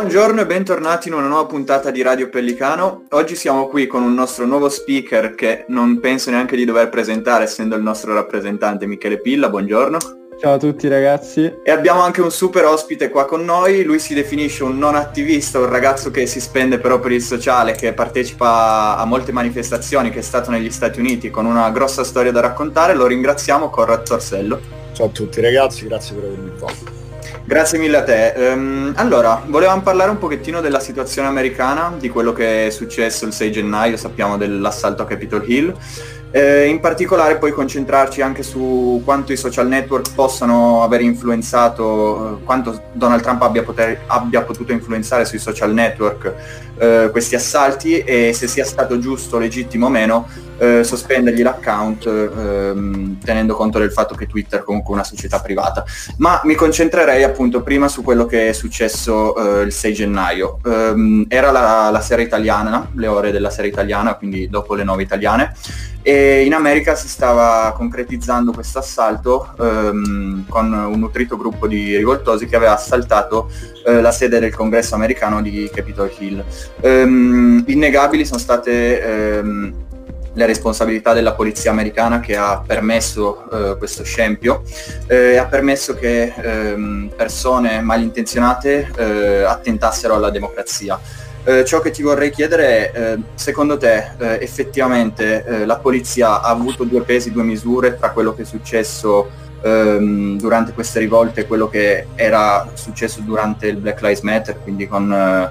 Buongiorno e bentornati in una nuova puntata di Radio Pellicano. Oggi siamo qui con un nostro nuovo speaker che non penso neanche di dover presentare, essendo il nostro rappresentante Michele Pilla. Buongiorno. Ciao a tutti ragazzi. E abbiamo anche un super ospite qua con noi. Lui si definisce un non attivista, un ragazzo che si spende però per il sociale, che partecipa a molte manifestazioni, che è stato negli Stati Uniti con una grossa storia da raccontare. Lo ringraziamo, Corrado Torsello. Ciao a tutti ragazzi, grazie per avermi qua. Grazie mille a te. Allora, volevamo parlare un pochettino della situazione americana, di quello che è successo il 6 gennaio, sappiamo dell'assalto a Capitol Hill. In particolare poi concentrarci anche su quanto i social network possano aver influenzato, quanto Donald Trump abbia potuto influenzare sui social network questi assalti e se sia stato giusto, legittimo o meno sospendergli l'account tenendo conto del fatto che Twitter è comunque una società privata. Ma mi concentrerei appunto prima su quello che è successo il 6 gennaio. Era la sera italiana, le ore della sera italiana, quindi dopo le 9 italiane, e in America si stava concretizzando questo assalto con un nutrito gruppo di rivoltosi che aveva assaltato la sede del Congresso americano di Capitol Hill. Innegabili sono state le responsabilità della polizia americana, che ha permesso questo scempio e ha permesso che persone malintenzionate attentassero alla democrazia. Ciò che ti vorrei chiedere è, secondo te effettivamente la polizia ha avuto due pesi, due misure tra quello che è successo durante queste rivolte e quello che era successo durante il Black Lives Matter, quindi con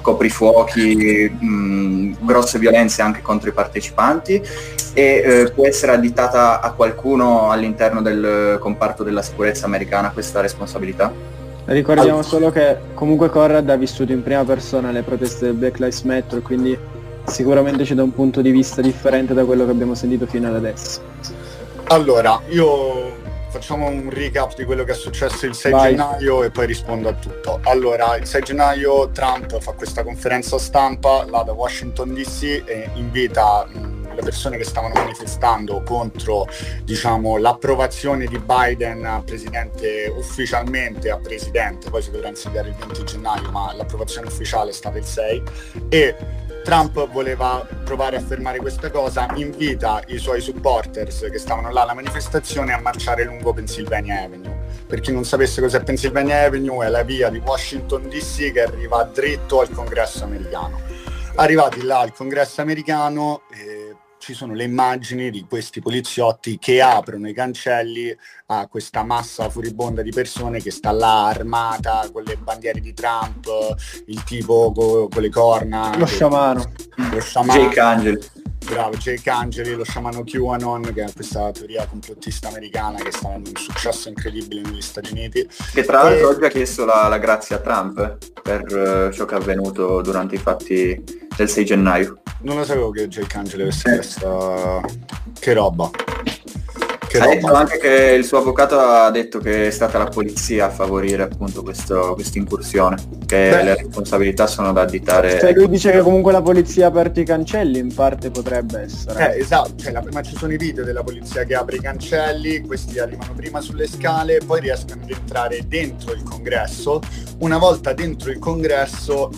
coprifuochi, grosse violenze anche contro i partecipanti, e può essere additata a qualcuno all'interno del comparto della sicurezza americana questa responsabilità? Ricordiamo solo che comunque Corrado ha vissuto in prima persona le proteste del Black Lives Matter, quindi sicuramente c'è da un punto di vista differente da quello che abbiamo sentito fino ad adesso. Allora, facciamo un recap di quello che è successo il 6 gennaio e poi rispondo a tutto. Allora, il 6 gennaio Trump fa questa conferenza stampa là da Washington DC e invita le persone che stavano manifestando contro, diciamo, l'approvazione di Biden a presidente, ufficialmente a presidente, poi si dovrà insediare il 20 gennaio, ma l'approvazione ufficiale è stata il 6, e Trump voleva provare a fermare questa cosa, invita i suoi supporters che stavano là alla manifestazione a marciare lungo Pennsylvania Avenue. Per chi non sapesse cos'è Pennsylvania Avenue, è la via di Washington DC che arriva dritto al Congresso americano. Arrivati là al Congresso americano, ci sono le immagini di questi poliziotti che aprono i cancelli a questa massa furibonda di persone che sta là armata con le bandiere di Trump, il tipo con le corna, lo sciamano Jake Angeli. Bravo, Jake Angeli, lo sciamano QAnon, che è questa teoria complottista americana che sta avendo un successo incredibile negli Stati Uniti. Che tra l'altro oggi ha chiesto la grazia a Trump per ciò che è avvenuto durante i fatti del 6 gennaio. Non lo sapevo che Jake Angeli avesse questa... Che roba. Ha detto anche che il suo avvocato ha detto che è stata la polizia a favorire appunto questa incursione, che le responsabilità sono da additare. Cioè lui dice che comunque la polizia ha aperto i cancelli, in parte potrebbe essere. Esatto, ma ci sono i video della polizia che apre i cancelli, questi arrivano prima sulle scale, poi riescono ad entrare dentro il congresso. Una volta dentro il congresso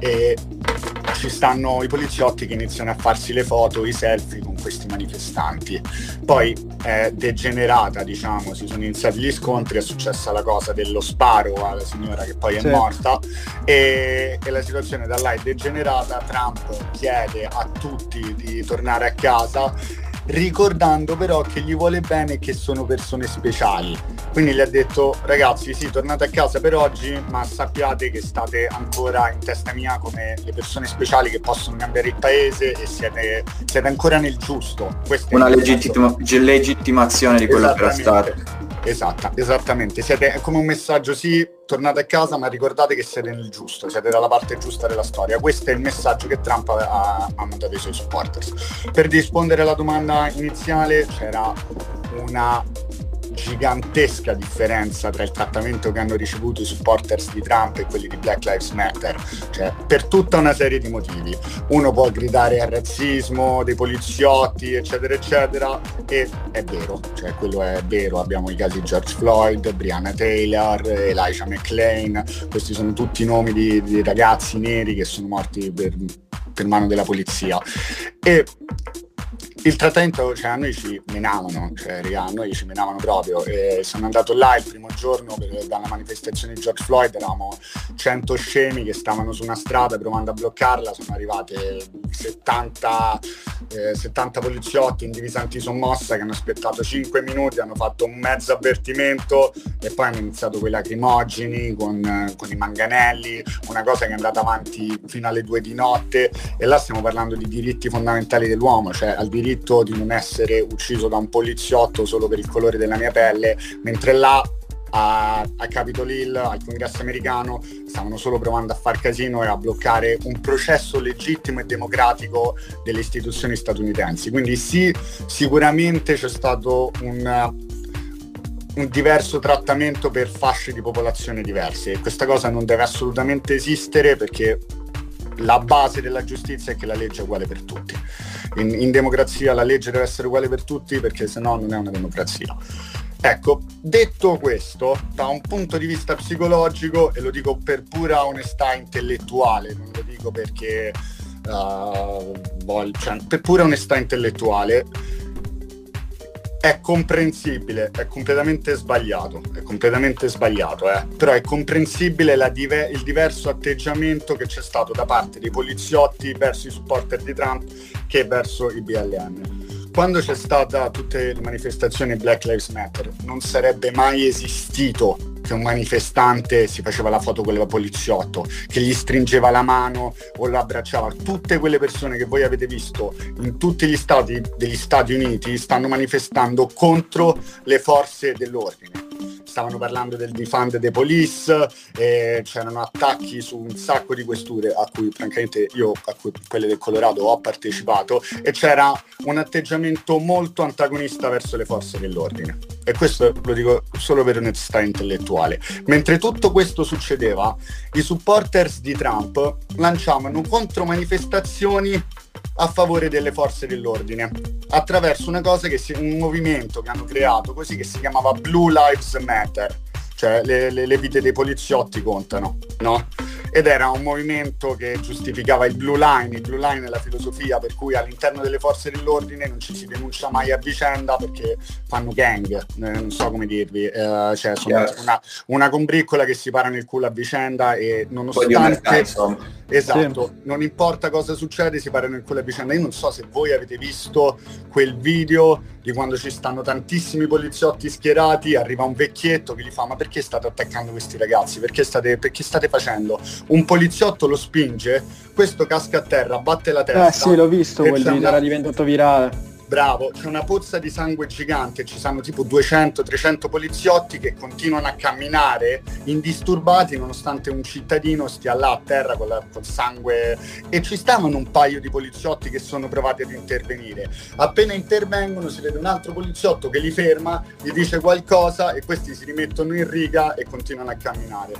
ci stanno i poliziotti che iniziano a farsi le foto, i selfie con questi manifestanti. Poi è degenerata, diciamo, si sono iniziati gli scontri, è successa la cosa dello sparo alla signora che poi è morta e la situazione da là è degenerata. Trump chiede a tutti di tornare a casa, ricordando però che gli vuole bene e che sono persone speciali. Quindi gli ha detto: ragazzi, sì, tornate a casa per oggi, ma sappiate che state ancora in testa mia come le persone speciali che possono cambiare il paese e siete ancora nel giusto. Questo una legittimazione di quello che era stato. Esattamente, è come un messaggio: sì, tornate a casa, ma ricordate che siete nel giusto, siete dalla parte giusta della storia. Questo è il messaggio che Trump ha mandato ai suoi supporters. Per rispondere alla domanda iniziale, c'era una gigantesca differenza tra il trattamento che hanno ricevuto i supporters di Trump e quelli di Black Lives Matter, cioè per tutta una serie di motivi. Uno può gridare al razzismo dei poliziotti eccetera eccetera, e è vero, cioè quello è vero. Abbiamo i casi George Floyd, Breonna Taylor, Elijah McClain, questi sono tutti nomi di ragazzi neri che sono morti per mano della polizia. E il trattamento, cioè a noi ci menavano, cioè a noi ci menavano proprio. E sono andato là il primo giorno dalla manifestazione di George Floyd, eravamo 100 scemi che stavano su una strada provando a bloccarla, sono arrivate 70 poliziotti in divisa antisommossa che hanno aspettato 5 minuti, hanno fatto un mezzo avvertimento e poi hanno iniziato quei lacrimogeni con i manganelli, una cosa che è andata avanti fino alle 2 di notte. E là stiamo parlando di diritti fondamentali dell'uomo, cioè al diritto di non essere ucciso da un poliziotto solo per il colore della mia pelle, mentre là a Capitol Hill, al congresso americano, stavano solo provando a far casino e a bloccare un processo legittimo e democratico delle istituzioni statunitensi. Quindi sì, sicuramente c'è stato un diverso trattamento per fasce di popolazione diverse, e questa cosa non deve assolutamente esistere, perché la base della giustizia è che la legge è uguale per tutti. In democrazia la legge deve essere uguale per tutti, perché sennò non è una democrazia. Ecco, detto questo, da un punto di vista psicologico, e lo dico per pura onestà intellettuale, non lo dico perché per pura onestà intellettuale, è comprensibile, è completamente sbagliato, però è comprensibile il diverso atteggiamento che c'è stato da parte dei poliziotti verso i supporter di Trump che verso i BLM. Quando c'è stata tutte le manifestazioni Black Lives Matter, non sarebbe mai esistito che un manifestante si faceva la foto con il poliziotto, che gli stringeva la mano o lo abbracciava. Tutte quelle persone che voi avete visto in tutti gli stati degli Stati Uniti stanno manifestando contro le forze dell'ordine. Stavano parlando del defund the police, c'erano attacchi su un sacco di questure a cui francamente io, quelle del Colorado, ho partecipato, e c'era un atteggiamento molto antagonista verso le forze dell'ordine. E questo lo dico solo per onestà intellettuale. Mentre tutto questo succedeva, i supporters di Trump lanciavano contromanifestazioni a favore delle forze dell'ordine attraverso un movimento che hanno creato così, che si chiamava Blue Lives Matter, cioè le vite dei poliziotti contano, no? Ed era un movimento che giustificava il Blue Line. Il Blue Line è la filosofia per cui all'interno delle forze dell'ordine non ci si denuncia mai a vicenda, perché fanno gang, non so come dirvi, cioè sono una combriccola che si parano il culo a vicenda, e nonostante esatto, sì, non importa cosa succede, si parano il culo a vicenda. Io non so se voi avete visto quel video di quando ci stanno tantissimi poliziotti schierati, arriva un vecchietto che gli fa: ma perché state attaccando questi ragazzi? Perché state facendo? Un poliziotto lo spinge, questo casca a terra, batte la testa. Sì, l'ho visto quel video, era diventato virale. Bravo, c'è una pozza di sangue gigante, ci sono tipo 200-300 poliziotti che continuano a camminare indisturbati nonostante un cittadino stia là a terra col sangue, e ci stavano un paio di poliziotti che sono provati ad intervenire. Appena intervengono si vede un altro poliziotto che li ferma, gli dice qualcosa e questi si rimettono in riga e continuano a camminare.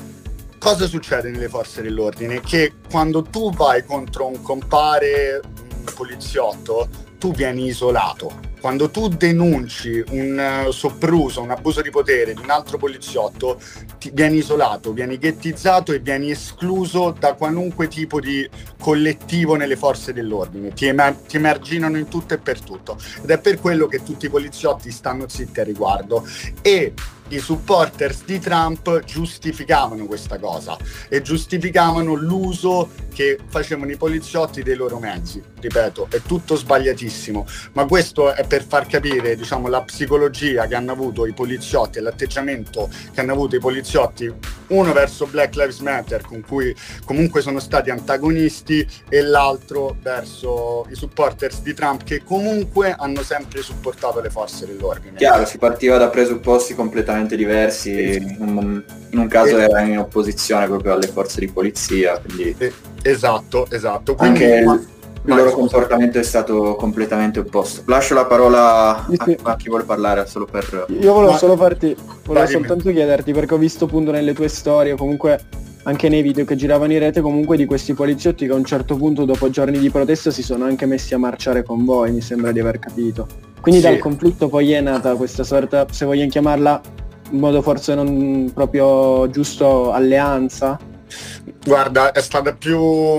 Cosa succede nelle forze dell'ordine? Che quando tu vai contro un compare poliziotto, tu vieni isolato. Quando tu denunci un sopruso, un abuso di potere di un altro poliziotto, vieni isolato, vieni ghettizzato e vieni escluso da qualunque tipo di collettivo nelle forze dell'ordine. Ti emarginano in tutto e per tutto. Ed è per quello che tutti i poliziotti stanno zitti a riguardo. E i supporters di Trump giustificavano questa cosa e giustificavano l'uso che facevano i poliziotti dei loro mezzi. Ripeto, è tutto sbagliatissimo, ma questo è per far capire, diciamo, la psicologia che hanno avuto i poliziotti e l'atteggiamento che hanno avuto i poliziotti, uno verso Black Lives Matter, con cui comunque sono stati antagonisti, e l'altro verso i supporters di Trump, che comunque hanno sempre supportato le forze dell'ordine. Chiaro, si partiva da presupposti completamente diversi. In un caso era in opposizione proprio alle forze di polizia, quindi esatto. Quindi il loro comportamento è stato completamente opposto. Lascio la parola a chi vuole parlare, solo per... Io volevo soltanto chiederti, perché ho visto appunto nelle tue storie, comunque anche nei video che giravano in rete, comunque di questi poliziotti che a un certo punto, dopo giorni di protesta, si sono anche messi a marciare con voi, mi sembra di aver capito. Quindi dal conflitto poi è nata questa sorta, se vogliamo chiamarla in modo forse non proprio giusto, alleanza? Guarda, è stata più...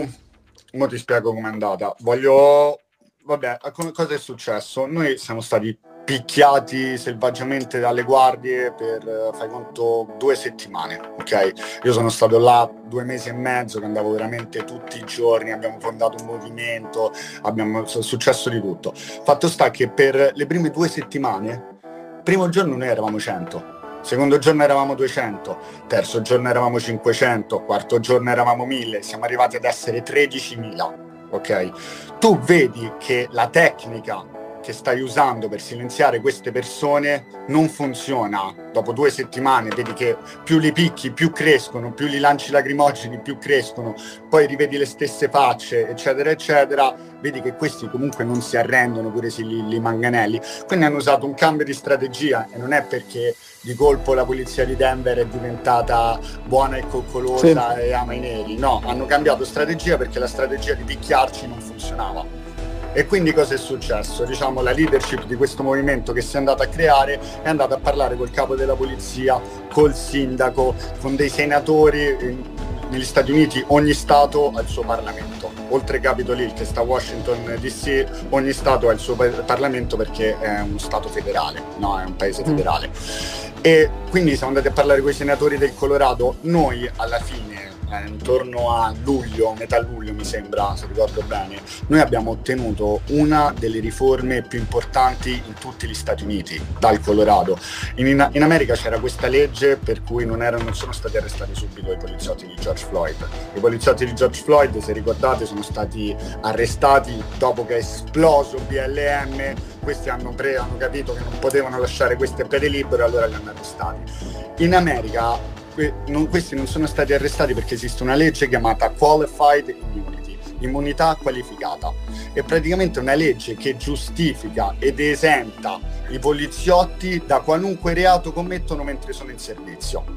Mo ti spiego com'è andata. Vabbè, cosa è successo? Noi siamo stati picchiati selvaggiamente dalle guardie per, fai conto, 2 settimane, ok? Io sono stato là 2 mesi e mezzo, che andavo veramente tutti i giorni, abbiamo fondato un movimento, è successo di tutto. Fatto sta che per le prime 2 settimane, primo giorno noi eravamo 100, secondo giorno eravamo 200, terzo giorno eravamo 500, quarto giorno eravamo 1000, siamo arrivati ad essere 13.000, ok? Tu vedi che la tecnica che stai usando per silenziare queste persone non funziona. Dopo 2 settimane vedi che più li picchi, più crescono, più li lanci lacrimogeni, più crescono, poi rivedi le stesse facce, eccetera, eccetera, vedi che questi comunque non si arrendono, pure se li manganelli. Quindi hanno usato un cambio di strategia, e non è perché di colpo la polizia di Denver è diventata buona e coccolosa e ama i neri. No, hanno cambiato strategia perché la strategia di picchiarci non funzionava. E quindi cosa è successo? Diciamo, la leadership di questo movimento che si è andata a creare è andata a parlare col capo della polizia, col sindaco, con dei senatori. Negli Stati Uniti ogni stato ha il suo Parlamento, oltre Capitol Hill che sta a Washington DC, ogni stato ha il suo Parlamento perché è uno stato federale, no, è un paese federale. E quindi siamo andati a parlare con i senatori del Colorado. Noi alla fine, intorno a luglio, metà luglio mi sembra, se ricordo bene, noi abbiamo ottenuto una delle riforme più importanti in tutti gli Stati Uniti dal Colorado. In America c'era questa legge per cui non sono stati arrestati subito i poliziotti di George Floyd. I poliziotti di George Floyd, se ricordate, sono stati arrestati dopo che è esploso BLM. Questi hanno capito che non potevano lasciare queste piede libere, allora li hanno arrestati. In America questi non sono stati arrestati perché esiste una legge chiamata Qualified Immunity, immunità qualificata. È praticamente una legge che giustifica ed esenta i poliziotti da qualunque reato commettono mentre sono in servizio.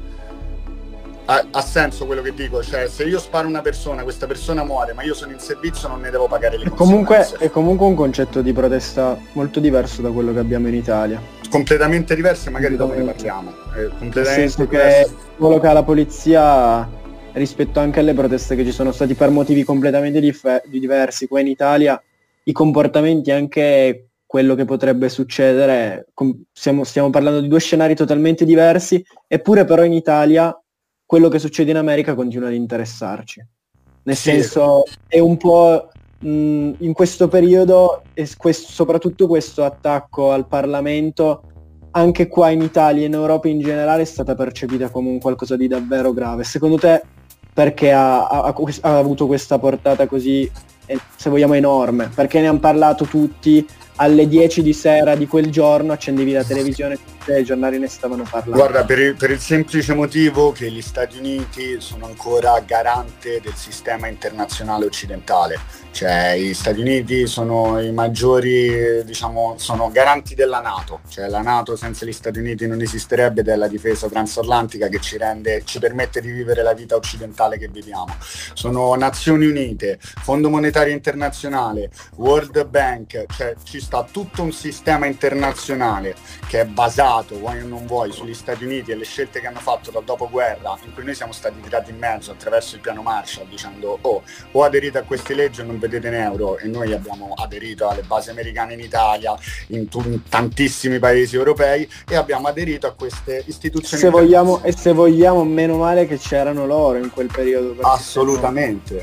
Ha senso quello che dico? Cioè, se io sparo una persona, questa persona muore, ma io sono in servizio, non ne devo pagare le conseguenze. È comunque un concetto di protesta molto diverso da quello che abbiamo in Italia. Completamente diverso, magari dopo ne parliamo. Nel senso che colloca la polizia rispetto anche alle proteste che ci sono stati per motivi completamente diversi. Qua in Italia i comportamenti, anche quello che potrebbe succedere, stiamo parlando di 2 scenari totalmente diversi, eppure però in Italia quello che succede in America continua ad interessarci. Nel senso, è un po' in questo periodo, soprattutto questo attacco al Parlamento, anche qua in Italia e in Europa in generale, è stata percepita come un qualcosa di davvero grave. Secondo te perché ha avuto questa portata così, se vogliamo, enorme? Perché ne hanno parlato tutti? Alle 10 di sera di quel giorno accendevi la televisione e i giornali ne stavano parlando. Guarda, per il semplice motivo che gli Stati Uniti sono ancora garante del sistema internazionale occidentale. Cioè, gli Stati Uniti sono i maggiori, diciamo, sono garanti della NATO. Cioè, la NATO senza gli Stati Uniti non esisterebbe, ed è la difesa transatlantica che ci permette di vivere la vita occidentale che viviamo. Sono Nazioni Unite, Fondo Monetario Internazionale, World Bank, cioè ci sta tutto un sistema internazionale che è basato, vuoi o non vuoi, sugli Stati Uniti e le scelte che hanno fatto dal dopoguerra, in cui noi siamo stati tirati in mezzo attraverso il piano Marshall, dicendo o aderite a queste leggi o non vedete un euro, e noi abbiamo aderito alle basi americane in Italia, in tantissimi paesi europei, e abbiamo aderito a queste istituzioni. Se vogliamo, meno male che c'erano loro in quel periodo. Assolutamente,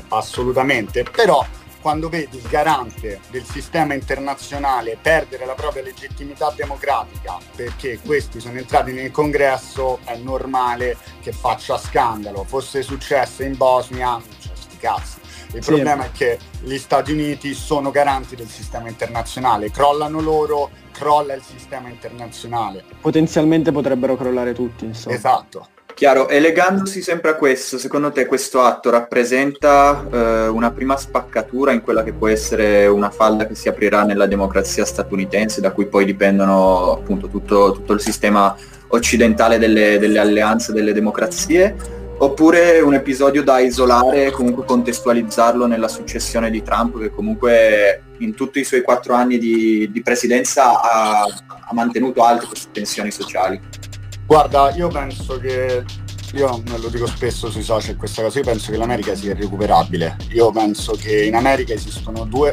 però quando vedi il garante del sistema internazionale perdere la propria legittimità democratica perché questi sono entrati nel congresso, è normale che faccia scandalo. Fosse successo in Bosnia, cioè, sti cazzi. Il problema è che gli Stati Uniti sono garanti del sistema internazionale, crollano loro, crolla il sistema internazionale. Potenzialmente potrebbero crollare tutti, insomma. Esatto. Chiaro, e legandosi sempre a questo, secondo te questo atto rappresenta una prima spaccatura in quella che può essere una falla che si aprirà nella democrazia statunitense, da cui poi dipendono appunto tutto il sistema occidentale delle alleanze, delle democrazie, oppure un episodio da isolare e comunque contestualizzarlo nella successione di Trump, che comunque in tutti i suoi 4 anni di presidenza ha mantenuto alte queste tensioni sociali? Guarda, io penso che, io me lo dico spesso sui social questa cosa, io penso che l'America sia irrecuperabile. Io penso che in America esistono due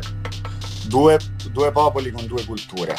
popoli con 2 culture.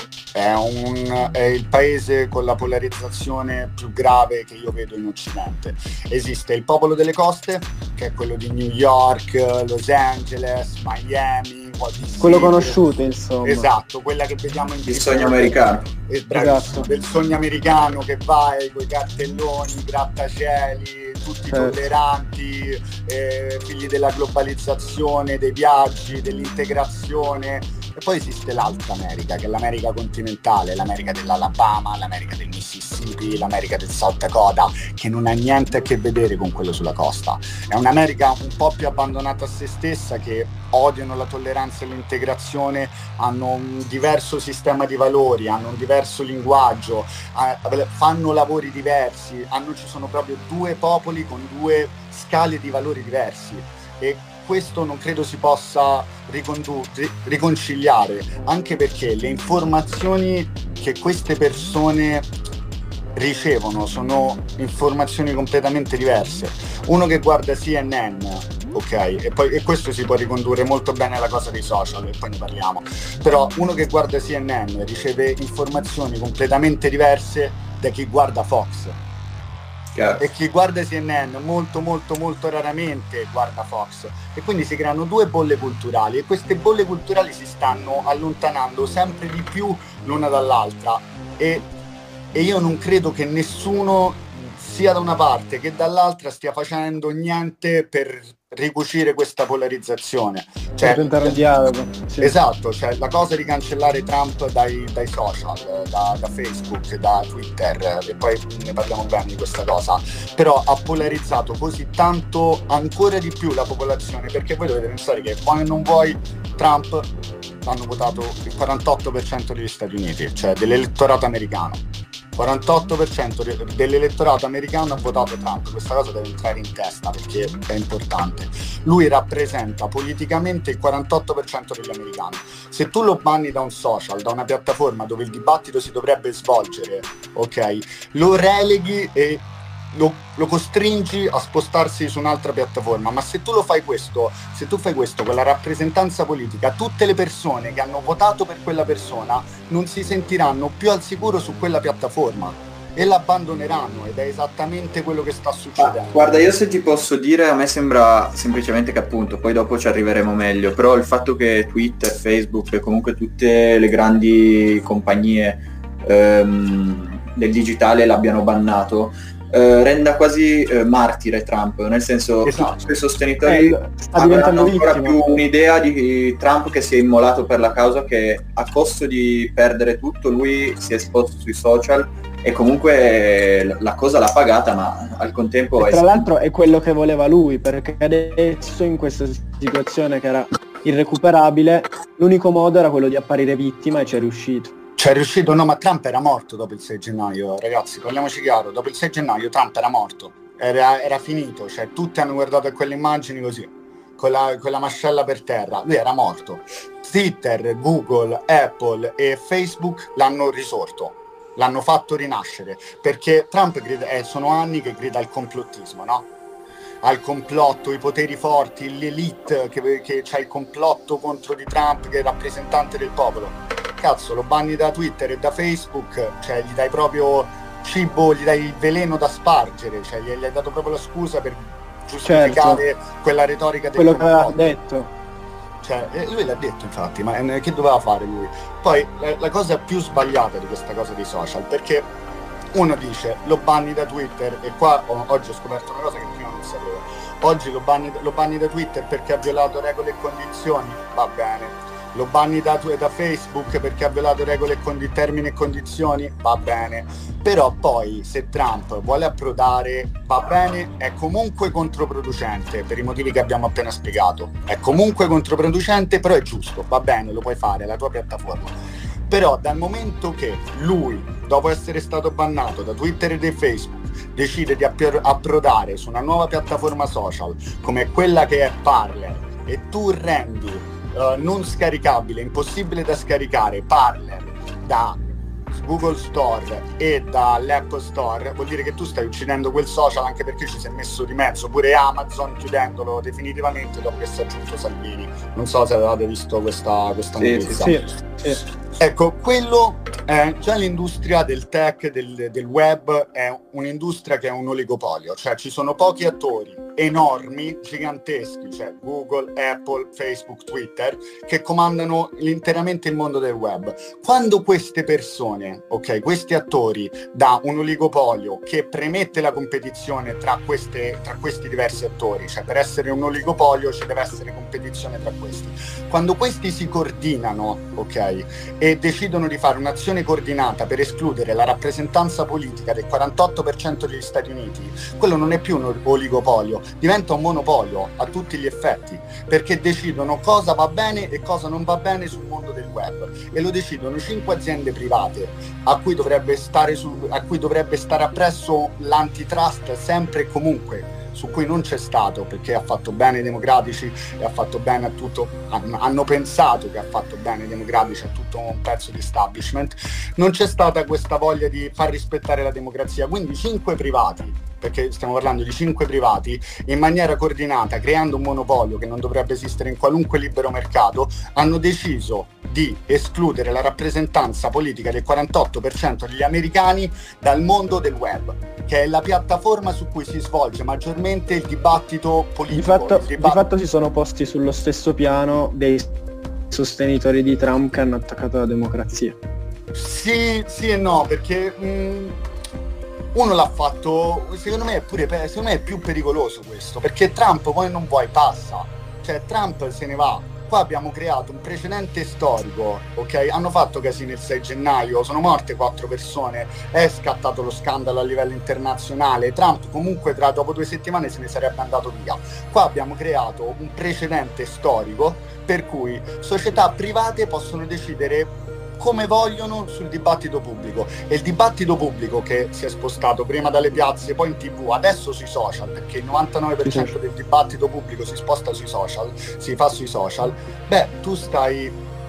È il paese con la polarizzazione più grave che io vedo in Occidente. Esiste il popolo delle coste, che è quello di New York, Los Angeles, Miami, quello conosciuto, insomma. Esatto, quella che vediamo in il sogno americano. Esatto, del sogno americano che vai con i cartelloni, grattacieli, tutti tolleranti, figli della globalizzazione, dei viaggi, dell'integrazione. E poi esiste l'altra America, che è l'America continentale, l'America dell'Alabama, l'America del Mississippi, l'America del South Dakota, che non ha niente a che vedere con quello sulla costa. È un'America un po' più abbandonata a se stessa, che odiano la tolleranza e l'integrazione, hanno un diverso sistema di valori, hanno un diverso linguaggio, fanno lavori diversi, ci sono proprio 2 popoli con 2 scale di valori diversi. E questo non credo si possa riconciliare, anche perché le informazioni che queste persone ricevono sono informazioni completamente diverse. Uno che guarda CNN, ok, e questo si può ricondurre molto bene alla cosa dei social, e poi ne parliamo, però uno che guarda CNN riceve informazioni completamente diverse da chi guarda Fox. E chi guarda CNN molto raramente guarda Fox, e quindi si creano 2 bolle culturali, e queste bolle culturali si stanno allontanando sempre di più l'una dall'altra, e io non credo che nessuno, sia da una parte che dall'altra, stia facendo niente per ricucire questa polarizzazione. Cioè, tentare un dialogo. Sì. Esatto, cioè la cosa di cancellare Trump dai social, da Facebook, da Twitter, e poi ne parliamo bene di questa cosa, però ha polarizzato così tanto ancora di più la popolazione, perché voi dovete pensare che vuoi non vuoi Trump hanno votato il 48% degli Stati Uniti, cioè dell'elettorato americano. 48% dell'elettorato americano ha votato Trump. Questa cosa deve entrare in testa, perché è importante. Lui rappresenta politicamente il 48% degli americani. Se tu lo banni da un social, da una piattaforma dove il dibattito si dovrebbe svolgere, ok, lo releghi e lo costringi a spostarsi su un'altra piattaforma. Ma se tu fai questo con la rappresentanza politica, tutte le persone che hanno votato per quella persona non si sentiranno più al sicuro su quella piattaforma e l'abbandoneranno, ed è esattamente quello che sta succedendo. Guarda, io se ti posso dire, a me sembra semplicemente che, appunto, poi dopo ci arriveremo meglio, però il fatto che Twitter, Facebook e comunque tutte le grandi compagnie del digitale l'abbiano bannato renda quasi martire Trump, nel senso, esatto, tutti i suoi sostenitori avranno ancora più un'idea di Trump che si è immolato per la causa, che a costo di perdere tutto lui si è esposto sui social e comunque la cosa l'ha pagata, ma al contempo tra l'altro è quello che voleva lui, perché adesso in questa situazione che era irrecuperabile l'unico modo era quello di apparire vittima, e ci è riuscito. C'è riuscito, no, ma Trump era morto dopo il 6 gennaio, ragazzi, parliamoci chiaro, dopo il 6 gennaio Trump era morto, era finito, cioè tutti hanno guardato a quelle immagini così, con la mascella per terra, lui era morto. Twitter, Google, Apple e Facebook l'hanno risorto, l'hanno fatto rinascere, perché Trump sono anni che grida al complottismo, no? Al complotto, i poteri forti, l'elite che c'è il complotto contro di Trump, che è rappresentante del popolo. Cazzo, lo banni da Twitter e da Facebook, cioè gli dai proprio cibo, gli dai il veleno da spargere, cioè gli hai dato proprio la scusa per giustificare quella retorica del quello che aveva detto. Cioè, lui l'ha detto, infatti, ma che doveva fare lui? Poi la cosa più sbagliata di questa cosa dei social, perché uno dice lo banni da Twitter, e qua oggi ho scoperto una cosa che prima non sapevo. Oggi lo banni da Twitter perché ha violato regole e condizioni, va bene. lo banni da Facebook perché ha violato regole e termini e condizioni, va bene, però poi se Trump vuole approdare, va bene, è comunque controproducente per i motivi che abbiamo appena spiegato, è comunque controproducente, però è giusto, va bene, lo puoi fare, è la tua piattaforma. Però dal momento che lui, dopo essere stato bannato da Twitter e da Facebook, decide di approdare su una nuova piattaforma social come quella che è Parler, e tu rendi non scaricabile, impossibile da scaricare Parler da Google Store e dall'App Store, vuol dire che tu stai uccidendo quel social, anche perché ci si è messo di mezzo pure Amazon, chiudendolo definitivamente dopo che si è aggiunto Salvini. Non so se avete visto questa notizia. Sì. Ecco, quello è già l'industria del tech, del web, è un'industria che è un oligopolio, cioè ci sono pochi attori enormi, giganteschi, cioè Google, Apple, Facebook, Twitter, che comandano interamente il mondo del web. Quando queste persone, ok, questi attori, da un oligopolio che premette la competizione tra questi diversi attori, cioè per essere un oligopolio ci deve essere competizione tra questi. Quando questi si coordinano, ok, e decidono di fare un'azione coordinata per escludere la rappresentanza politica del 48% degli Stati Uniti, quello non è più un oligopolio, diventa un monopolio a tutti gli effetti, perché decidono cosa va bene e cosa non va bene sul mondo del web, e lo decidono 5 aziende private a cui dovrebbe stare appresso l'antitrust sempre e comunque, su cui non c'è stato, perché ha fatto bene ai democratici e ha fatto bene a tutto, hanno pensato che ha fatto bene ai democratici, a tutto un pezzo di establishment. Non c'è stata questa voglia di far rispettare la democrazia, quindi 5 privati, perché stiamo parlando di 5 privati, in maniera coordinata, creando un monopolio che non dovrebbe esistere in qualunque libero mercato, hanno deciso di escludere la rappresentanza politica del 48% degli americani dal mondo del web, che è la piattaforma su cui si svolge maggiormente il dibattito politico. Di fatto si sono posti sullo stesso piano dei sostenitori di Trump che hanno attaccato la democrazia. Sì e no, perché uno l'ha fatto, secondo me è più pericoloso questo, perché Trump poi non vuoi passa, cioè Trump se ne va. Qua abbiamo creato un precedente storico, ok? Hanno fatto casino il 6 gennaio, sono morte 4 persone, è scattato lo scandalo a livello internazionale, Trump comunque dopo 2 settimane se ne sarebbe andato via. Qua abbiamo creato un precedente storico per cui società private possono decidere come vogliono sul dibattito pubblico, e il dibattito pubblico che si è spostato prima dalle piazze, poi in TV, adesso sui social, perché il 99% del dibattito pubblico si sposta sui social, si fa sui social, tu stai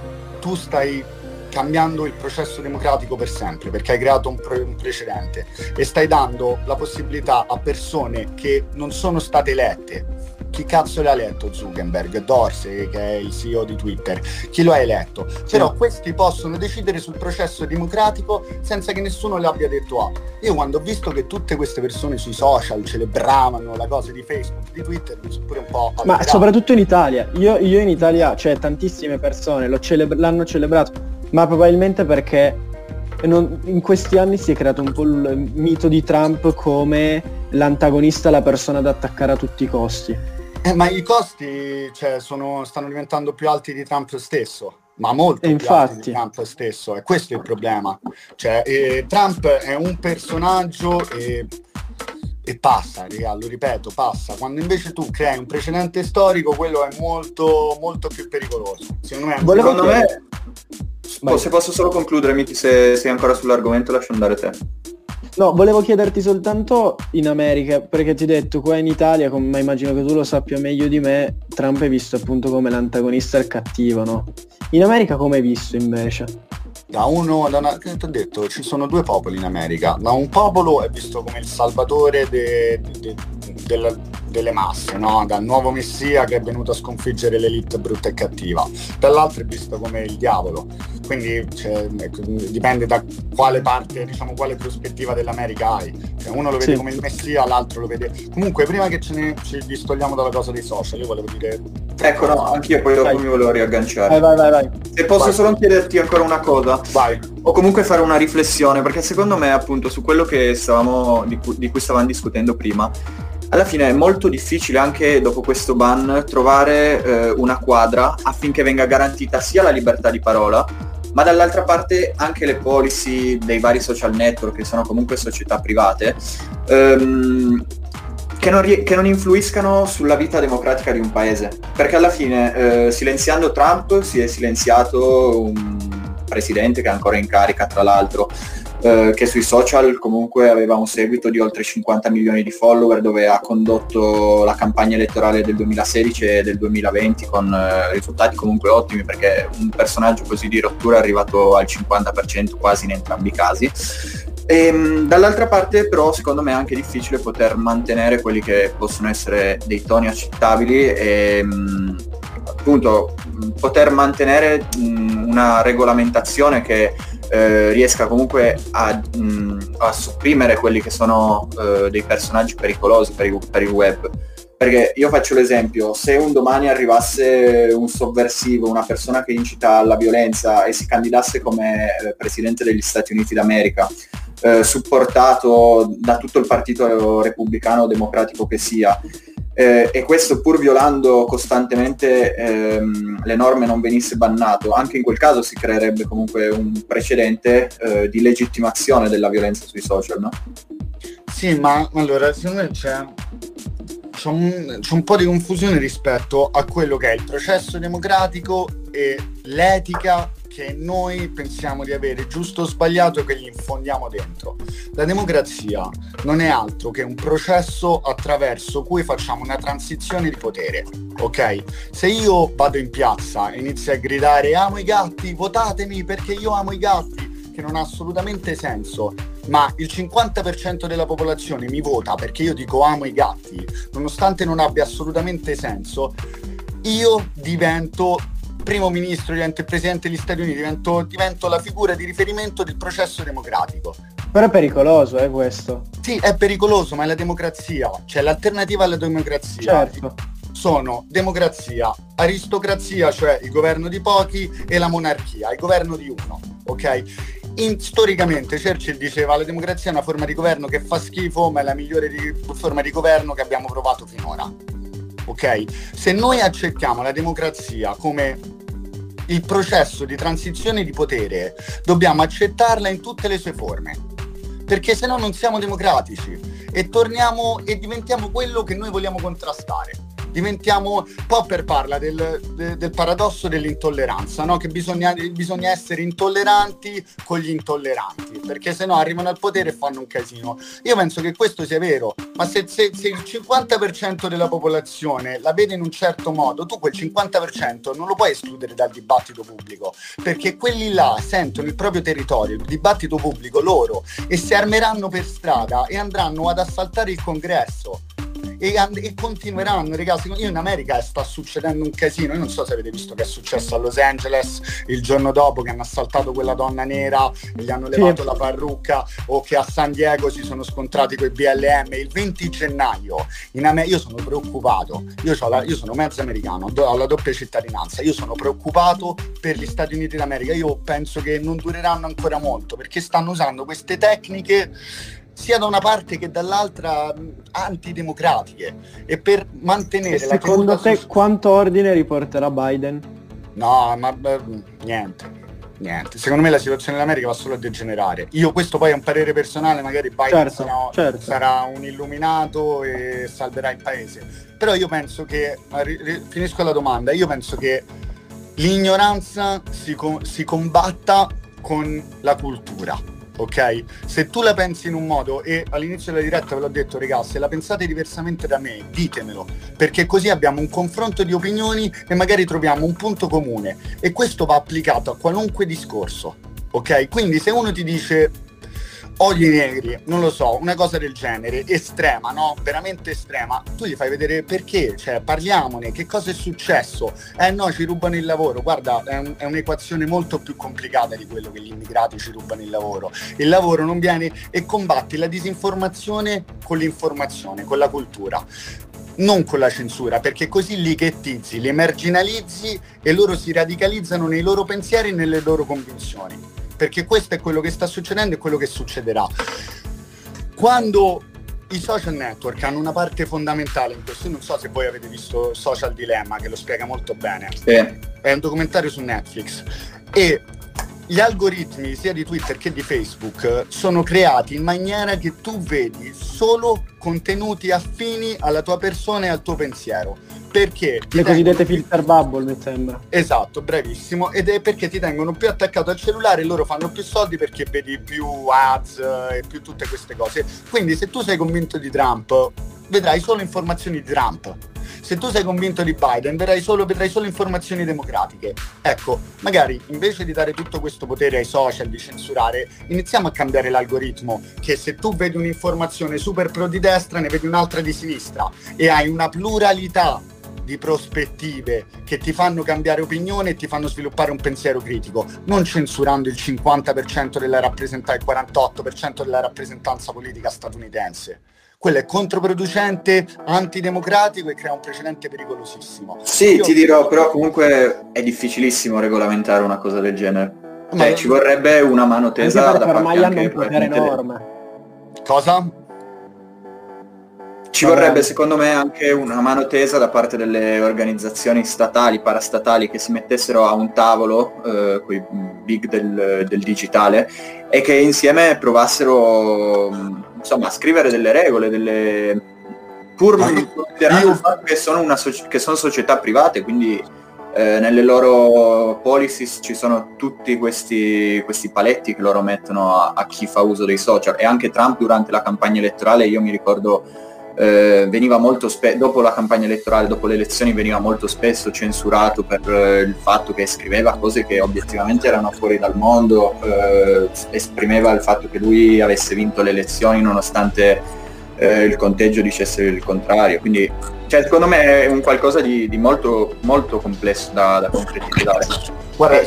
cambiando il processo democratico per sempre, perché hai creato un precedente e stai dando la possibilità a persone che non sono state elette. Chi cazzo l'ha eletto Zuckerberg? Dorsey, che è il CEO di Twitter. Chi lo ha eletto? Sì. Però questi possono decidere sul processo democratico senza che nessuno le abbia detto Io quando ho visto che tutte queste persone sui social celebravano la cosa di Facebook, di Twitter, mi sono pure un po' alterato. Ma soprattutto in Italia. Io in Italia, cioè tantissime persone l'hanno celebrato, ma probabilmente perché in questi anni si è creato un po' il mito di Trump come l'antagonista, la persona da attaccare a tutti i costi. Ma i costi stanno diventando più alti di Trump stesso, ma molto più alti di Trump stesso, e questo è il problema. Trump è un personaggio e passa, lo ripeto, passa. Quando invece tu crei un precedente storico, quello è molto, molto più pericoloso. Secondo me, se posso solo concludere, se sei ancora sull'argomento, lascio andare te. No, volevo chiederti soltanto in America, perché ti ho detto qua in Italia, ma immagino che tu lo sappia meglio di me, Trump è visto appunto come l'antagonista e il cattivo, no? In America come è visto invece? Ti ho detto, ci sono 2 popoli in America. Da un popolo è visto come il salvatore delle masse, no? Dal nuovo messia che è venuto a sconfiggere l'elite brutta e cattiva. Dall'altro è visto come il diavolo. Quindi dipende da quale parte, quale prospettiva dell'America hai. Uno lo vede come il messia, l'altro lo vede. Comunque, prima che ci distogliamo dalla cosa dei social, io volevo dire. Ecco, no, anch'io poi dopo mi volevo riagganciare. Vai. Se posso solo chiederti ancora una cosa. Vai. O comunque fare una riflessione, perché secondo me appunto su quello che di cui stavamo discutendo prima, alla fine è molto difficile anche dopo questo ban trovare una quadra affinché venga garantita sia la libertà di parola, ma dall'altra parte anche le policy dei vari social network, che sono comunque società private, che non influiscano sulla vita democratica di un paese. Perché alla fine, silenziando Trump, si è silenziato un presidente che è ancora in carica, tra l'altro, che sui social comunque aveva un seguito di oltre 50 milioni di follower, dove ha condotto la campagna elettorale del 2016 e del 2020 con risultati comunque ottimi, perché un personaggio così di rottura è arrivato al 50% quasi in entrambi i casi. E dall'altra parte però secondo me è anche difficile poter mantenere quelli che possono essere dei toni accettabili e appunto poter mantenere una regolamentazione che riesca comunque a sopprimere quelli che sono dei personaggi pericolosi per il web. Perché io faccio l'esempio, se un domani arrivasse un sovversivo, una persona che incita alla violenza e si candidasse come presidente degli Stati Uniti d'America, supportato da tutto il partito repubblicano o democratico che sia, e questo pur violando costantemente le norme non venisse bannato, anche in quel caso si creerebbe comunque un precedente di legittimazione della violenza sui social, no? Sì, ma allora secondo me c'è un po' di confusione rispetto a quello che è il processo democratico e l'etica che noi pensiamo di avere, giusto o sbagliato, che gli infondiamo dentro. La democrazia non è altro che un processo attraverso cui facciamo una transizione di potere, ok? Se io vado in piazza e inizio a gridare amo i gatti, votatemi perché io amo i gatti, che non ha assolutamente senso, ma il 50% della popolazione mi vota perché io dico amo i gatti, nonostante non abbia assolutamente senso, io divento primo ministro, divento il presidente degli Stati Uniti, divento la figura di riferimento del processo democratico. Però è pericoloso, questo. Sì, è pericoloso, ma è la democrazia, cioè l'alternativa alla democrazia. Certo. Sono democrazia, aristocrazia, cioè il governo di pochi, e la monarchia, il governo di uno, ok? Storicamente Churchill diceva la democrazia è una forma di governo che fa schifo, ma è la migliore forma di governo che abbiamo provato finora, ok? Se noi accettiamo la democrazia come il processo di transizione di potere, dobbiamo accettarla in tutte le sue forme, perché se no non siamo democratici e torniamo e diventiamo quello che noi vogliamo contrastare. Popper parla del paradosso dell'intolleranza, no? Che bisogna essere intolleranti con gli intolleranti, perché sennò arrivano al potere e fanno un casino. Io penso che questo sia vero, ma se il 50% della popolazione la vede in un certo modo, tu quel 50% non lo puoi escludere dal dibattito pubblico, perché quelli là sentono il proprio territorio, il dibattito pubblico loro, e si armeranno per strada e andranno ad assaltare il congresso. E continueranno, ragazzi. Io in America sta succedendo un casino. Io non so se avete visto che è successo a Los Angeles il giorno dopo che hanno assaltato quella donna nera e gli hanno levato la parrucca, o che a San Diego si sono scontrati con i BLM il 20 gennaio io sono preoccupato. Io sono mezzo americano, ho la doppia cittadinanza. Io sono preoccupato per gli Stati Uniti d'America. Io penso che non dureranno ancora molto, perché stanno usando queste tecniche sia da una parte che dall'altra antidemocratiche, e per mantenere la secondo te quanto ordine riporterà Biden? No, ma niente. Secondo me la situazione dell'America va solo a degenerare. Questo poi è un parere personale, magari Biden sarà un illuminato e salverà il paese, però io penso che finisco la domanda. Io penso che l'ignoranza si combatta con la cultura. Ok? Se tu la pensi in un modo, e all'inizio della diretta ve l'ho detto, ragazzi, se la pensate diversamente da me, ditemelo, perché così abbiamo un confronto di opinioni e magari troviamo un punto comune, e questo va applicato a qualunque discorso, ok? Quindi se uno ti dice odio i negri, non lo so, una cosa del genere, estrema, no? Veramente estrema, tu gli fai vedere perché, cioè parliamone, che cosa è successo? No, ci rubano il lavoro. Guarda, è un'equazione molto più complicata di quello che gli immigrati ci rubano il lavoro non viene, e combatti la disinformazione con l'informazione, con la cultura, non con la censura, perché così li ghettizzi, li marginalizzi e loro si radicalizzano nei loro pensieri e nelle loro convinzioni, perché questo è quello che sta succedendo e quello che succederà. Quando i social network hanno una parte fondamentale in questo. Io non so se voi avete visto Social Dilemma, che lo spiega molto bene. Sì. È un documentario su Netflix. E gli algoritmi sia di Twitter che di Facebook sono creati in maniera che tu vedi solo contenuti affini alla tua persona e al tuo pensiero. Perché le cosiddette filter bubble, mi sembra. Esatto, bravissimo. Ed è perché ti tengono più attaccato al cellulare e loro fanno più soldi perché vedi più ads e più tutte queste cose. Quindi se tu sei convinto di Trump, vedrai solo informazioni di Trump. Se tu sei convinto di Biden, vedrai solo informazioni democratiche. Ecco, magari invece di dare tutto questo potere ai social, di censurare, iniziamo a cambiare l'algoritmo, che se tu vedi un'informazione super pro di destra, ne vedi un'altra di sinistra, e hai una pluralità di prospettive che ti fanno cambiare opinione e ti fanno sviluppare un pensiero critico, non censurando il 50% della rappresentanza, il 48% della rappresentanza politica statunitense. Quello è controproducente, antidemocratico e crea un precedente pericolosissimo. Sì, ti dirò, però comunque è difficilissimo regolamentare una cosa del genere. Ci vorrebbe una mano tesa da parte ormai hanno anche un potere enorme. Cosa? Ci vorrebbe secondo me anche una mano tesa da parte delle organizzazioni statali, parastatali, che si mettessero a un tavolo, quei big del digitale, e che insieme provassero insomma a scrivere delle regole, pur considerando il fatto che sono società private, quindi nelle loro policies ci sono tutti questi paletti che loro mettono a chi fa uso dei social. E anche Trump durante la campagna elettorale, io mi ricordo, veniva molto dopo la campagna elettorale, dopo le elezioni, veniva molto spesso censurato per il fatto che scriveva cose che obiettivamente erano fuori dal mondo, esprimeva il fatto che lui avesse vinto le elezioni nonostante il conteggio dicesse il contrario. Quindi secondo me è un qualcosa di molto molto complesso da concretizzare. Guarda,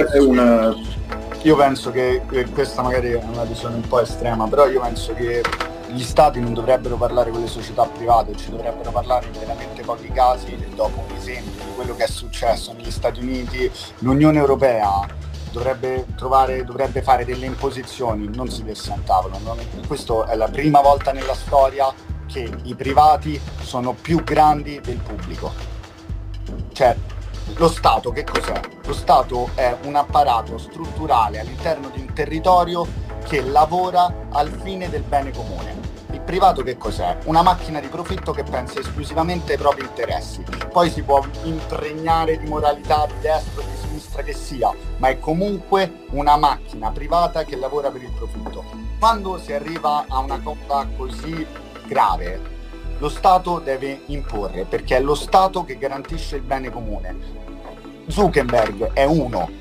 io penso che questa magari è una visione un po' estrema, però io penso che gli stati non dovrebbero parlare con le società private, ci dovrebbero parlare in veramente pochi casi. E dopo un esempio di quello che è successo negli Stati Uniti, l'Unione Europea dovrebbe fare delle imposizioni, non sedersi a un tavolo. Questa è la prima volta nella storia che i privati sono più grandi del pubblico. Cioè, lo Stato che cos'è? Lo Stato è un apparato strutturale all'interno di un territorio che lavora al fine del bene comune. Il privato che cos'è? Una macchina di profitto che pensa esclusivamente ai propri interessi. Poi si può impregnare di moralità di destra o di sinistra che sia, ma è comunque una macchina privata che lavora per il profitto. Quando si arriva a una cosa così grave, lo Stato deve imporre, perché è lo Stato che garantisce il bene comune. Zuckerberg è uno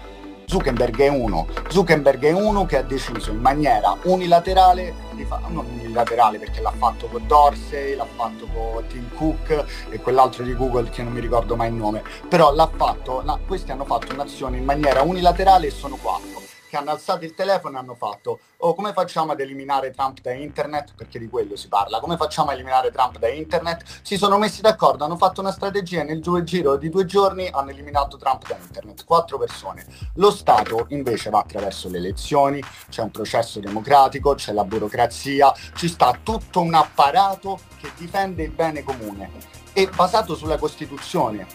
che ha deciso in maniera unilaterale, non unilaterale perché l'ha fatto con Dorsey, l'ha fatto con Tim Cook e quell'altro di Google che non mi ricordo mai il nome, però questi hanno fatto un'azione in maniera unilaterale e sono 4. Che hanno alzato il telefono e hanno fatto: come facciamo ad eliminare Trump da internet? Perché di quello si parla. Come facciamo a eliminare Trump da internet? Si sono messi d'accordo, hanno fatto una strategia e nel giro di 2 giorni hanno eliminato Trump da internet. 4 persone. Lo Stato invece va attraverso le elezioni, c'è un processo democratico, c'è la burocrazia, ci sta tutto un apparato che difende il bene comune e basato sulla Costituzione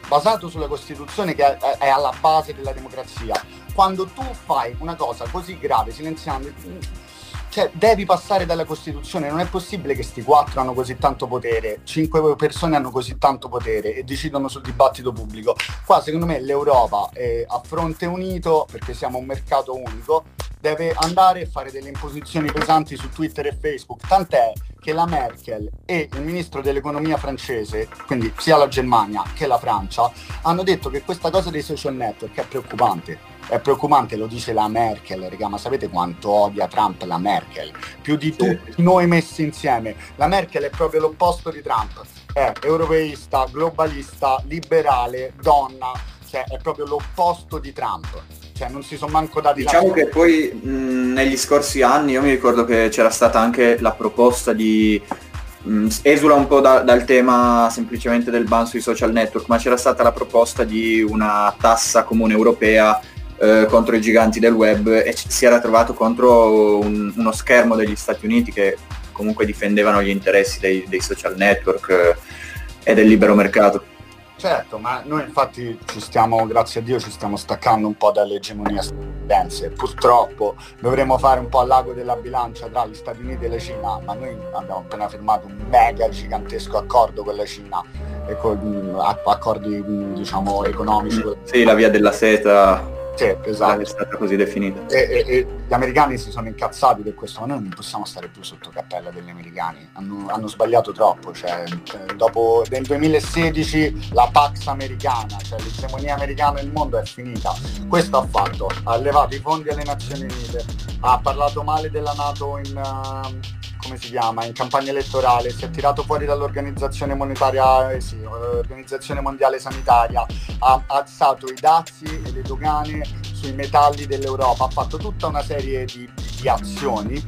che è alla base della democrazia. Quando tu fai una cosa così grave, silenziando, cioè devi passare dalla Costituzione. Non è possibile che sti 4 hanno così tanto potere, 5 persone hanno così tanto potere e decidono sul dibattito pubblico. Qua secondo me l'Europa a fronte unito, perché siamo un mercato unico, deve andare e fare delle imposizioni pesanti su Twitter e Facebook, tant'è che la Merkel e il ministro dell'economia francese, quindi sia la Germania che la Francia, hanno detto che questa cosa dei social network è preoccupante. È preoccupante, lo dice la Merkel, raga, ma sapete quanto odia Trump la Merkel? Più di tutti noi messi insieme. La Merkel è proprio l'opposto di Trump, è europeista, globalista, liberale, donna, cioè è proprio l'opposto di Trump. Cioè non si sono manco dati. Diciamo che poi negli scorsi anni io mi ricordo che c'era stata anche la proposta di esula un po' dal tema semplicemente del ban sui social network, ma c'era stata la proposta di una tassa comune europea contro i giganti del web, e si era trovato contro uno schermo degli Stati Uniti che comunque difendevano gli interessi dei social network e del libero mercato. Certo, ma noi infatti grazie a Dio, ci stiamo staccando un po' dall'egemonia statunitense. Purtroppo dovremo fare un po' all'ago della bilancia tra gli Stati Uniti e la Cina, ma noi abbiamo appena firmato un mega gigantesco accordo con la Cina e con accordi diciamo economici. Sì, la via della seta. Sì, esatto. È stata così definita. E gli americani si sono incazzati per questo, ma noi non possiamo stare più sotto cappella degli americani, hanno sbagliato troppo, dopo nel 2016 la Pax americana, cioè l'egemonia americana nel mondo è finita. Questo ha fatto, ha levato i fondi alle Nazioni Unite, ha parlato male della NATO in campagna elettorale, si è tirato fuori dall'Organizzazione Monetaria, Organizzazione Mondiale Sanitaria, ha alzato i dazi e le dogane sui metalli dell'Europa, ha fatto tutta una serie di azioni,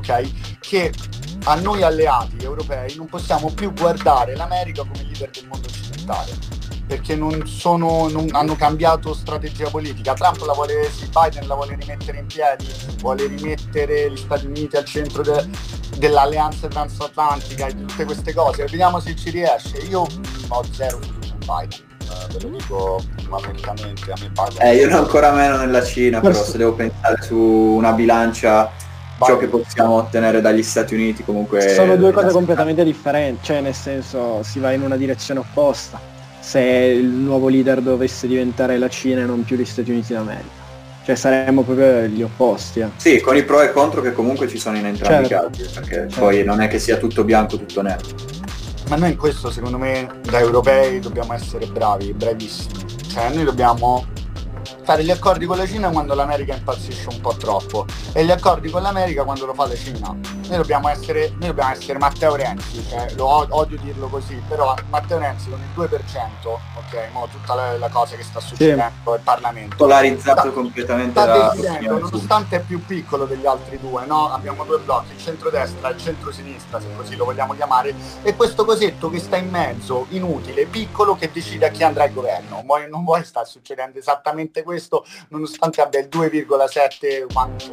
ok, che a noi alleati europei non possiamo più guardare l'America come leader del mondo occidentale, perché non hanno cambiato strategia politica. Trump Biden la vuole rimettere in piedi, vuole rimettere gli Stati Uniti al centro dell'alleanza transatlantica e di tutte queste cose. Vediamo se ci riesce. Io ho zero fiducia in Biden, ve lo dico apertamente, a me Biden. Io ancora meno nella Cina, però se devo pensare su una bilancia, ciò che possiamo ottenere dagli Stati Uniti comunque... Sono due cose completamente differenti, cioè nel senso si va in una direzione opposta. Se il nuovo leader dovesse diventare la Cina e non più gli Stati Uniti d'America, cioè saremmo proprio gli opposti. Sì, con i pro e contro che comunque ci sono in entrambi i casi, perché poi non è che sia tutto bianco, tutto nero. Ma noi in questo, secondo me, da europei dobbiamo essere bravissimi. Cioè noi dobbiamo fare gli accordi con la Cina quando l'America impazzisce un po' troppo e gli accordi con l'America quando lo fa la Cina. Noi dobbiamo essere Matteo Renzi, odio dirlo così, però Matteo Renzi con il 2%, ok, tutta la cosa che sta succedendo il Parlamento polarizzato completamente sta decidendo, nonostante è più piccolo degli altri due, no? Abbiamo due blocchi, il centrodestra e il centrosinistra, se così lo vogliamo chiamare, e questo cosetto che sta in mezzo, inutile, piccolo, che decide a chi andrà al governo. Non vuoi sta succedendo esattamente questo, nonostante abbia il 2,7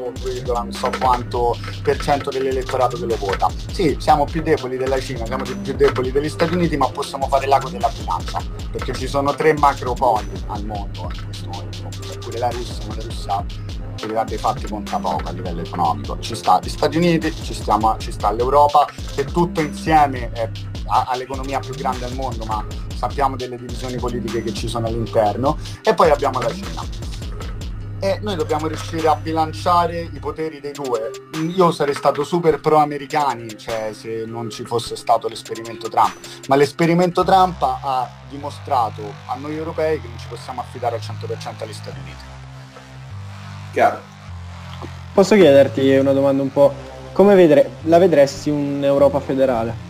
non so quanto per cento dell'elettorato che lo vota. Sì, siamo più deboli della Cina, siamo più deboli degli Stati Uniti, ma possiamo fare l'ago della bilancia, perché ci sono 3 macropoli al mondo in questo momento, pure la Russia, ma la Russia per i dati fatti conta poco a livello economico. Ci sta gli Stati Uniti, ci sta l'Europa, che tutto insieme ha l'economia più grande al mondo, ma sappiamo delle divisioni politiche che ci sono all'interno, e poi abbiamo la Cina. E noi dobbiamo riuscire a bilanciare i poteri dei due. Io sarei stato super pro-americani, cioè se non ci fosse stato l'esperimento Trump, ma l'esperimento Trump ha dimostrato a noi europei che non ci possiamo affidare al 100% agli Stati Uniti. Chiaro. Posso chiederti una domanda un po', la vedresti un'Europa federale?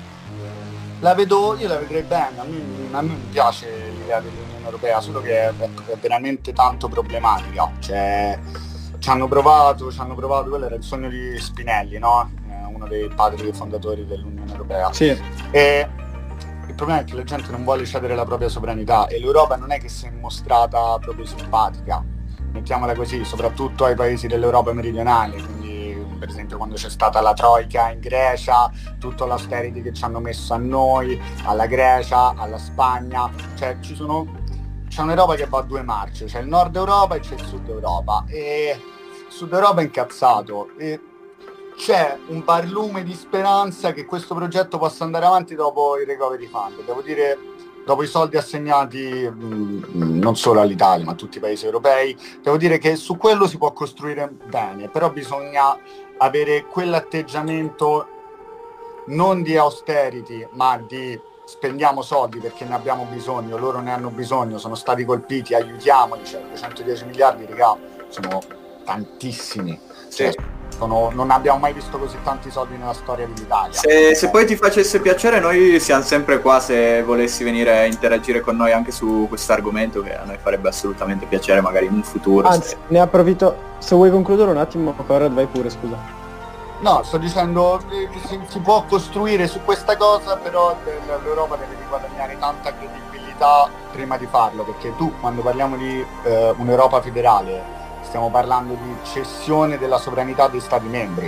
Io la vedrei bene, a me piace l'idea dell'Unione Europea, solo che è veramente tanto problematica. Cioè, ci hanno provato, quello era il sogno di Spinelli, no? Uno dei padri fondatori dell'Unione Europea. Sì. E il problema è che la gente non vuole cedere la propria sovranità, e l'Europa non è che si è mostrata proprio simpatica, mettiamola così, soprattutto ai paesi dell'Europa meridionale. Quindi, per esempio, quando c'è stata la Troika in Grecia, tutto l'austerity che ci hanno messo a noi, alla Grecia, alla Spagna, cioè c'è un'Europa che va a due marce, c'è il Nord Europa e c'è il Sud Europa, e il Sud Europa è incazzato, e c'è un barlume di speranza che questo progetto possa andare avanti dopo il Recovery Fund. Devo dire, dopo i soldi assegnati non solo all'Italia ma a tutti i paesi europei, devo dire che su quello si può costruire bene, però bisogna avere quell'atteggiamento non di austerity ma di spendiamo soldi perché ne abbiamo bisogno, loro ne hanno bisogno, sono stati colpiti, aiutiamoli. Cioè 210 miliardi, raga, sono tantissimi. Sì. Non abbiamo mai visto così tanti soldi nella storia dell'Italia. Se poi ti facesse piacere, noi siamo sempre qua se volessi venire a interagire con noi anche su questo argomento, che a noi farebbe assolutamente piacere magari in un futuro. Anzi, ne approfitto, se vuoi concludere un attimo, Conrad, vai pure, scusa. No, sto dicendo che si può costruire su questa cosa, però l'Europa deve riguadagnare tanta credibilità prima di farlo, perché quando parliamo di un'Europa federale stiamo parlando di cessione della sovranità dei Stati membri,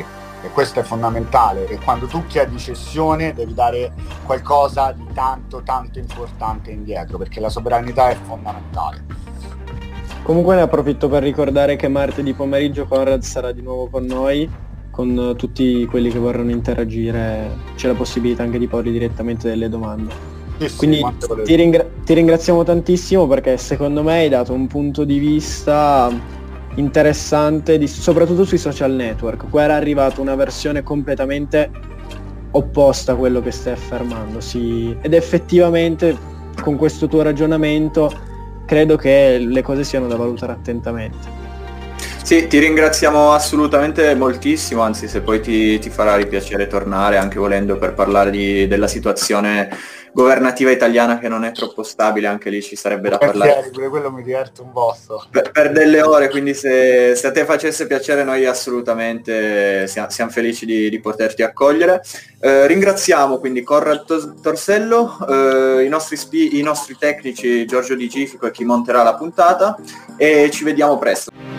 e questo è fondamentale, e quando tu chiedi cessione devi dare qualcosa di tanto importante indietro, perché la sovranità è fondamentale. Comunque ne approfitto per ricordare che martedì pomeriggio Conrad sarà di nuovo con noi, con tutti quelli che vorranno interagire, c'è la possibilità anche di porre direttamente delle domande. Sì, quindi ti ringraziamo tantissimo, perché secondo me hai dato un punto di vista interessante, soprattutto sui social network. Qua era arrivata una versione completamente opposta a quello che stai affermando, ed effettivamente con questo tuo ragionamento credo che le cose siano da valutare attentamente. Sì, ti ringraziamo assolutamente moltissimo, anzi se poi ti farà ripiacere tornare anche volendo per parlare della situazione governativa italiana, che non è troppo stabile, anche lì ci sarebbe da parlare. Pure quello mi diverte un botto. Per delle ore, quindi se a te facesse piacere noi assolutamente siamo felici di poterti accogliere. Ringraziamo quindi Conrad Torsello, i nostri tecnici Giorgio Di Gifico e chi monterà la puntata, e ci vediamo presto.